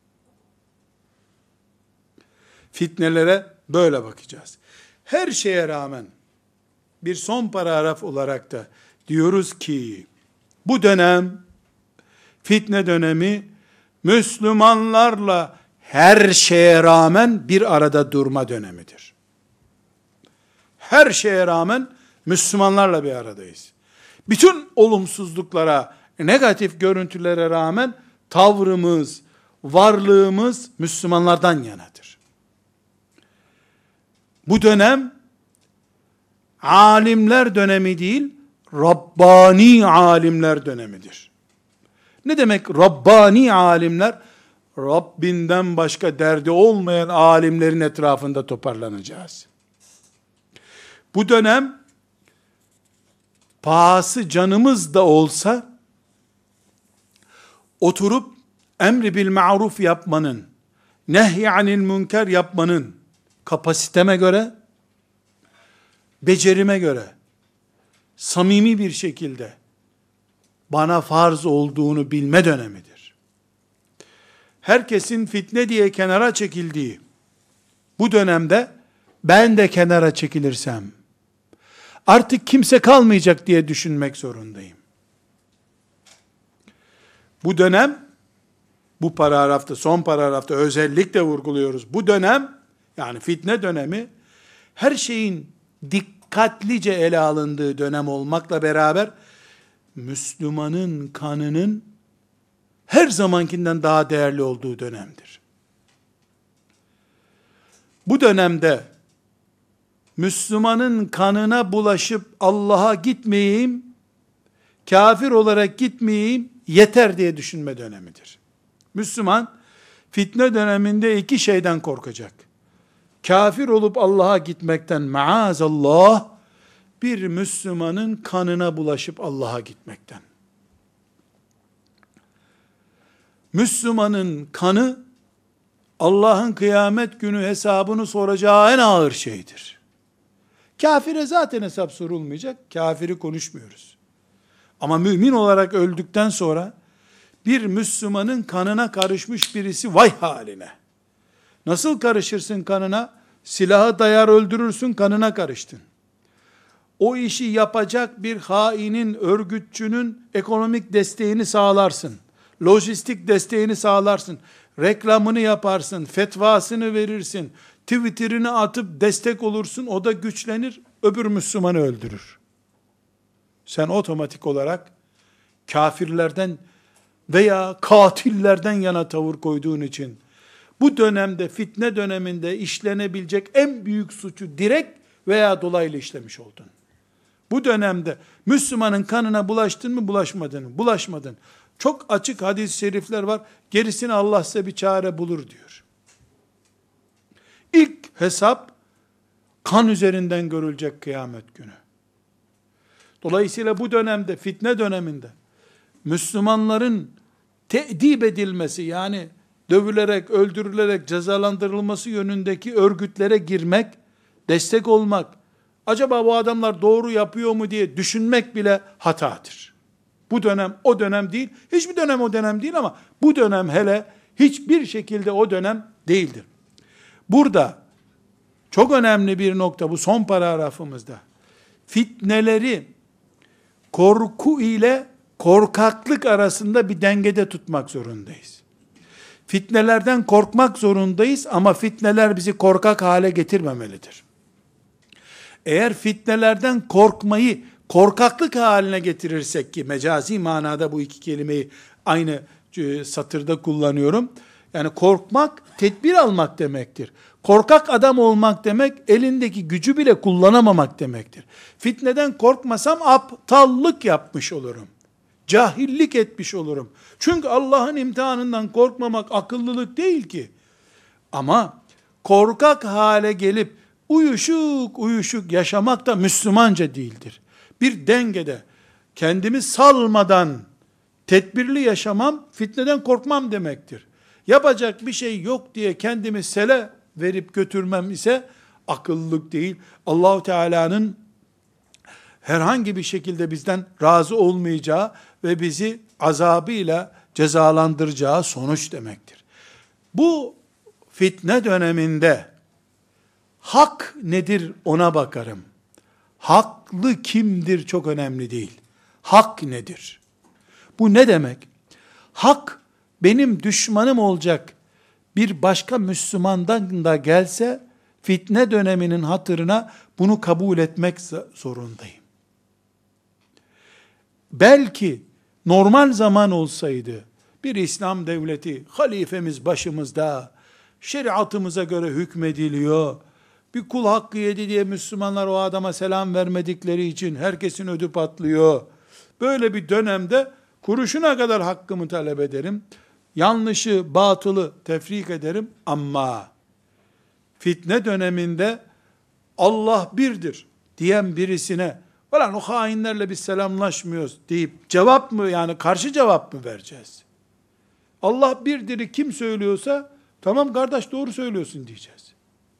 Fitnelere böyle bakacağız. Her şeye rağmen, bir son paragraf olarak da diyoruz ki, bu dönem, fitne dönemi, Müslümanlarla her şeye rağmen bir arada durma dönemidir. Her şeye rağmen Müslümanlarla bir aradayız. Bütün olumsuzluklara, negatif görüntülere rağmen tavrımız, varlığımız Müslümanlardan yanadır. Bu dönem alimler dönemi değil, Rabbani alimler dönemidir. Ne demek Rabbani alimler? Rabbinden başka derdi olmayan alimlerin etrafında toparlanacağız. Bu dönem pahası canımız da olsa oturup emri bil ma'ruf yapmanın, nehy anil münker yapmanın kapasiteme göre, becerime göre samimi bir şekilde bana farz olduğunu bilme dönemidir. Herkesin fitne diye kenara çekildiği bu dönemde ben de kenara çekilirsem artık kimse kalmayacak diye düşünmek zorundayım. Bu dönem, bu paragrafta, son paragrafta özellikle vurguluyoruz. Bu dönem, yani fitne dönemi, her şeyin dikkatlice ele alındığı dönem olmakla beraber, Müslümanın kanının her zamankinden daha değerli olduğu dönemdir. Bu dönemde, Müslümanın kanına bulaşıp Allah'a gitmeyeyim, kafir olarak gitmeyeyim, yeter diye düşünme dönemidir. Müslüman, fitne döneminde iki şeyden korkacak. Kafir olup Allah'a gitmekten maazallah, bir Müslümanın kanına bulaşıp Allah'a gitmekten. Müslümanın kanı, Allah'ın kıyamet günü hesabını soracağı en ağır şeydir. Kafire zaten hesap sorulmayacak, kafiri konuşmuyoruz. Ama mümin olarak öldükten sonra, bir Müslümanın kanına karışmış birisi, vay haline. Nasıl karışırsın kanına? Silahı dayar öldürürsün, kanına karıştın. O işi yapacak bir hainin, örgütçünün ekonomik desteğini sağlarsın. Lojistik desteğini sağlarsın. Reklamını yaparsın, fetvasını verirsin. Twitter'ını atıp destek olursun, o da güçlenir, öbür Müslümanı öldürür. Sen otomatik olarak kafirlerden veya katillerden yana tavır koyduğun için, bu dönemde, fitne döneminde işlenebilecek en büyük suçu direkt veya dolaylı işlemiş oldun. Bu dönemde Müslümanın kanına bulaştın mı, bulaşmadın mı? Bulaşmadın. Çok açık hadis-i şerifler var. Gerisini Allah size bir çare bulur diyor. İlk hesap kan üzerinden görülecek kıyamet günü. Dolayısıyla bu dönemde, fitne döneminde Müslümanların te'dib edilmesi, yani dövülerek, öldürülerek cezalandırılması yönündeki örgütlere girmek, destek olmak, acaba bu adamlar doğru yapıyor mu diye düşünmek bile hatadır. Bu dönem o dönem değil, hiçbir dönem o dönem değil ama bu dönem hele hiçbir şekilde o dönem değildir. Burada çok önemli bir nokta bu son paragrafımızda. Fitneleri korku ile korkaklık arasında bir dengede tutmak zorundayız. Fitnelerden korkmak zorundayız ama fitneler bizi korkak hale getirmemelidir. Eğer fitnelerden korkmayı korkaklık haline getirirsek, ki mecazi manada bu iki kelimeyi aynı satırda kullanıyorum. Yani korkmak, tedbir almak demektir. Korkak adam olmak demek, elindeki gücü bile kullanamamak demektir. Fitneden korkmasam aptallık yapmış olurum. Cahillik etmiş olurum. Çünkü Allah'ın imtihanından korkmamak akıllılık değil ki. Ama korkak hale gelip uyuşuk uyuşuk yaşamak da Müslümanca değildir. Bir dengede kendimi salmadan tedbirli yaşamam, fitneden korkmam demektir. Yapacak bir şey yok diye kendimi sele verip götürmem ise akıllılık değil. Allahu Teala'nın herhangi bir şekilde bizden razı olmayacağı ve bizi azabıyla cezalandıracağı sonuç demektir. Bu fitne döneminde hak nedir ona bakarım. Haklı kimdir çok önemli değil. Hak nedir? Bu ne demek? Hak benim düşmanım olacak bir başka Müslümandan da gelse fitne döneminin hatırına bunu kabul etmek zorundayım. Belki normal zaman olsaydı bir İslam devleti, halifemiz başımızda, şeriatımıza göre hükmediliyor, bir kul hakkı yedi diye Müslümanlar o adama selam vermedikleri için herkesin ödü patlıyor. Böyle bir dönemde kuruşuna kadar hakkımı talep ederim. Yanlışı, batılı tefrik ederim ama fitne döneminde Allah birdir diyen birisine "Ulan o hainlerle biz selamlaşmıyoruz" deyip cevap mı, yani karşı cevap mı vereceğiz? Allah birdir'i kim söylüyorsa tamam kardeş doğru söylüyorsun diyeceğiz.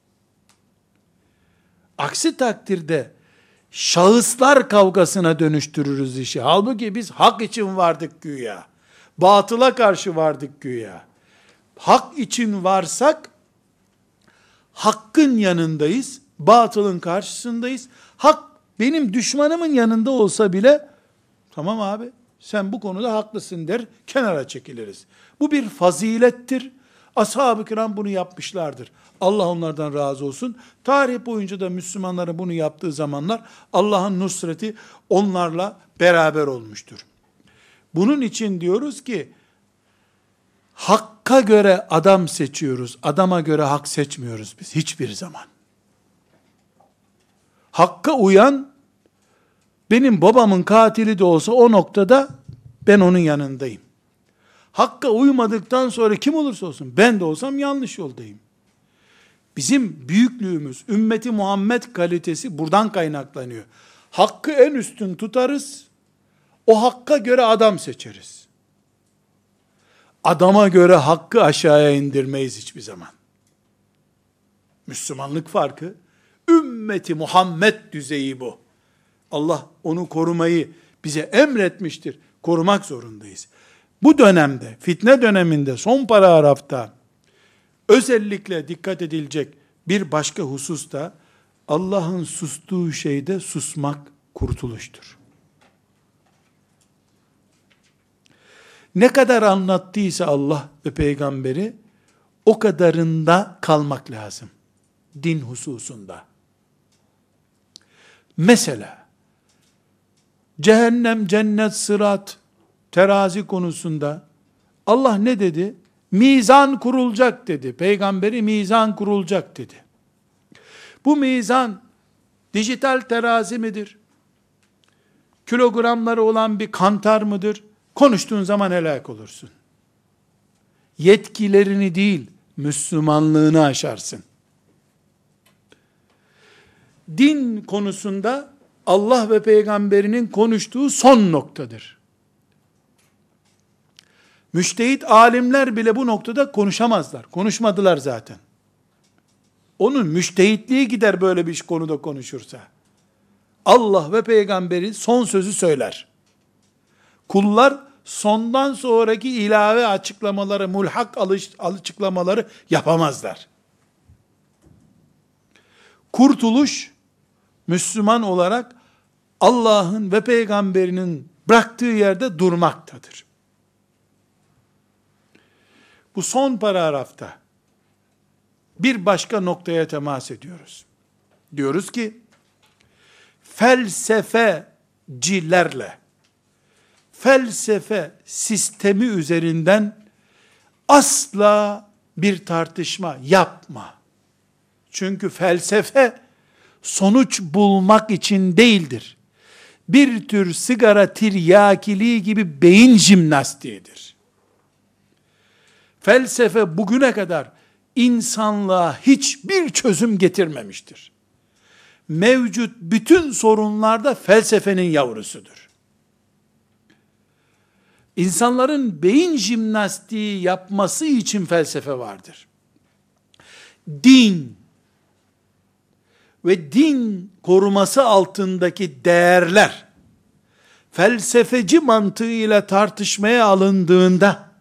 Aksi takdirde şahıslar kavgasına dönüştürürüz işi. Halbuki biz hak için vardık güya. Batıla karşı vardık güya. Hak için varsak hakkın yanındayız, batılın karşısındayız. Hak benim düşmanımın yanında olsa bile tamam abi sen bu konuda haklısın der, kenara çekiliriz. Bu bir fazilettir. Ashab-ı kiram bunu yapmışlardır. Allah onlardan razı olsun. Tarih boyunca da Müslümanların bunu yaptığı zamanlar Allah'ın nusreti onlarla beraber olmuştur. Bunun için diyoruz ki hakka göre adam seçiyoruz. Adama göre hak seçmiyoruz biz hiçbir zaman. Hakka uyan benim babamın katili de olsa o noktada ben onun yanındayım. Hakka uymadıktan sonra kim olursa olsun ben de olsam yanlış yoldayım. Bizim büyüklüğümüz, ümmeti Muhammed kalitesi buradan kaynaklanıyor. Hakkı en üstün tutarız, o hakka göre adam seçeriz. Adama göre hakkı aşağıya indirmeyiz hiçbir zaman. Müslümanlık farkı, ümmeti Muhammed düzeyi bu. Allah onu korumayı bize emretmiştir. Korumak zorundayız. Bu dönemde, fitne döneminde, son paragrafta özellikle dikkat edilecek bir başka husus da Allah'ın sustuğu şeyde susmak kurtuluştur. Ne kadar anlattıysa Allah ve peygamberi o kadarında kalmak lazım. Din hususunda. Mesela cehennem, cennet, sırat, terazi konusunda Allah ne dedi? Mizan kurulacak dedi. Peygamberi mizan kurulacak dedi. Bu mizan dijital terazi midir? kilogramları olan bir kantar mıdır? Konuştuğun zaman helak olursun. Yetkilerini değil, Müslümanlığını aşarsın. Din konusunda Allah ve peygamberinin konuştuğu son noktadır. Müçtehit alimler bile bu noktada konuşamazlar. Konuşmadılar zaten. Onun müçtehitliği gider böyle bir konuda konuşursa. Allah ve peygamberi son sözü söyler. Kullar sondan sonraki ilave açıklamaları, mulhak açıklamaları yapamazlar. Kurtuluş, Müslüman olarak Allah'ın ve peygamberinin bıraktığı yerde durmaktadır. Bu son paragrafta bir başka noktaya temas ediyoruz. Diyoruz ki, felsefecilerle, felsefe sistemi üzerinden asla bir tartışma yapma. Çünkü felsefe sonuç bulmak için değildir. Bir tür sigara tiryakiliği gibi beyin jimnastiğidir. Felsefe bugüne kadar insanlığa hiçbir çözüm getirmemiştir. Mevcut bütün sorunlarda felsefenin yavrusudur. İnsanların beyin jimnastiği yapması için felsefe vardır. Din ve din koruması altındaki değerler felsefeci mantığıyla tartışmaya alındığında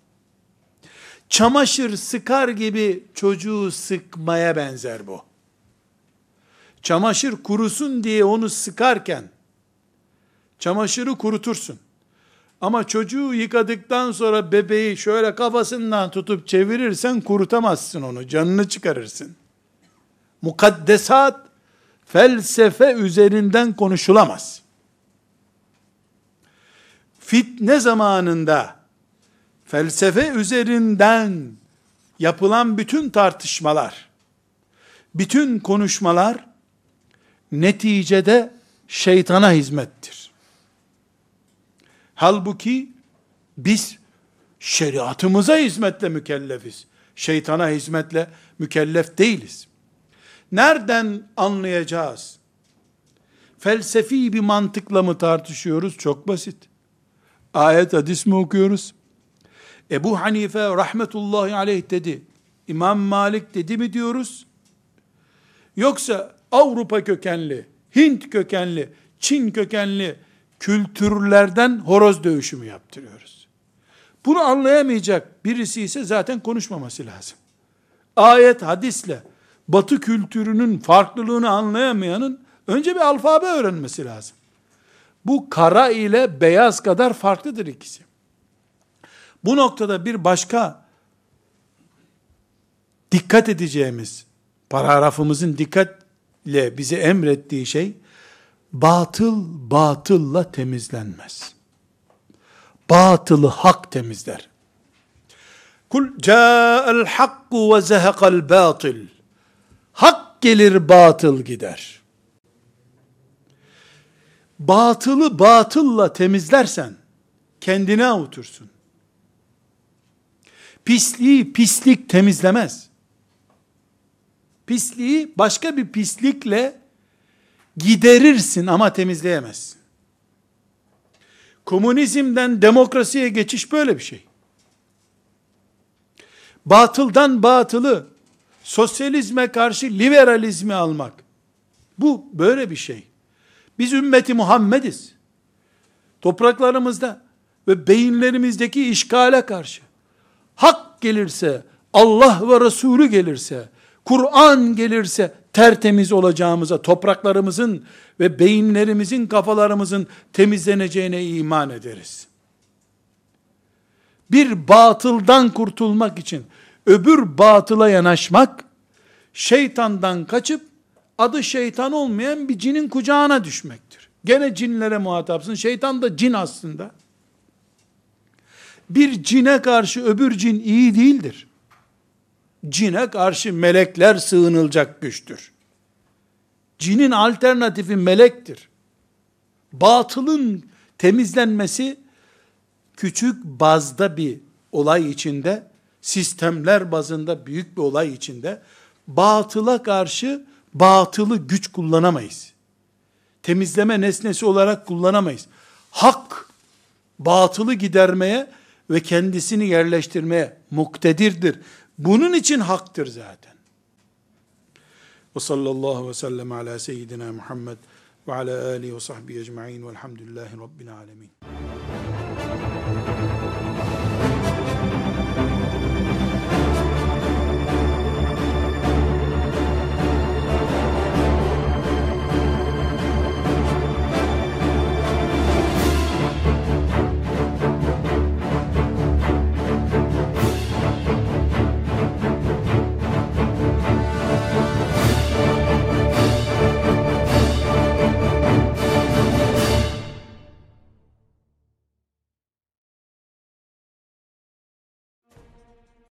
çamaşır sıkar gibi çocuğu sıkmaya benzer bu. Çamaşır kurusun diye onu sıkarken çamaşırı kurutursun. Ama çocuğu yıkadıktan sonra bebeği şöyle kafasından tutup çevirirsen kurutamazsın onu, canını çıkarırsın. Mukaddesat felsefe üzerinden konuşulamaz. Fitne zamanında felsefe üzerinden yapılan bütün tartışmalar, bütün konuşmalar neticede şeytana hizmettir. Halbuki biz şeriatımıza hizmetle mükellefiz. Şeytana hizmetle mükellef değiliz. Nereden anlayacağız? Felsefi bir mantıkla mı tartışıyoruz? Çok basit. Ayet hadis mi okuyoruz? Ebu Hanife rahmetullahi aleyh dedi. İmam Malik dedi mi diyoruz? Yoksa Avrupa kökenli, Hint kökenli, Çin kökenli kültürlerden horoz dövüşü mü yaptırıyoruz? Bunu anlayamayacak birisi ise zaten konuşmaması lazım. Ayet hadisle Batı kültürünün farklılığını anlayamayanın önce bir alfabe öğrenmesi lazım. Bu kara ile beyaz kadar farklıdır ikisi. Bu noktada bir başka dikkat edeceğimiz, paragrafımızın dikkatle bize emrettiği şey, batıl batılla temizlenmez. Batılı hak temizler. Kul ca'al hakku ve zehekal batıl. Hak gelir, batıl gider. Batılı batılla temizlersen kendine avutursun. Pisliği pislik temizlemez. Pisliği başka bir pislikle giderirsin ama temizleyemezsin. Komünizmden demokrasiye geçiş böyle bir şey. Batıldan batılı, sosyalizme karşı liberalizmi almak, bu böyle bir şey. Biz ümmeti Muhammediz. Topraklarımızda ve beyinlerimizdeki işgale karşı hak gelirse, Allah ve Resulü gelirse, Kur'an gelirse tertemiz olacağımıza, topraklarımızın ve beyinlerimizin, kafalarımızın temizleneceğine iman ederiz. Bir batıldan kurtulmak için öbür batıla yanaşmak, şeytandan kaçıp adı şeytan olmayan bir cinin kucağına düşmektir. Gene cinlere muhatapsın. Şeytan da cin aslında. Bir cine karşı öbür cin iyi değildir. Cine karşı melekler sığınılacak güçtür. Cinin alternatifi melektir. Batılın temizlenmesi küçük bazda bir olay içinde, sistemler bazında büyük bir olay içinde, batıla karşı batılı güç kullanamayız. Temizleme nesnesi olarak kullanamayız. Hak, batılı gidermeye ve kendisini yerleştirmeye muktedirdir. Bunun için haktır zaten. Ve sallallahu ve sellem ala seyyidina Muhammed ve ala alihi ve sahbihi ecma'in velhamdülillahi rabbil alemin.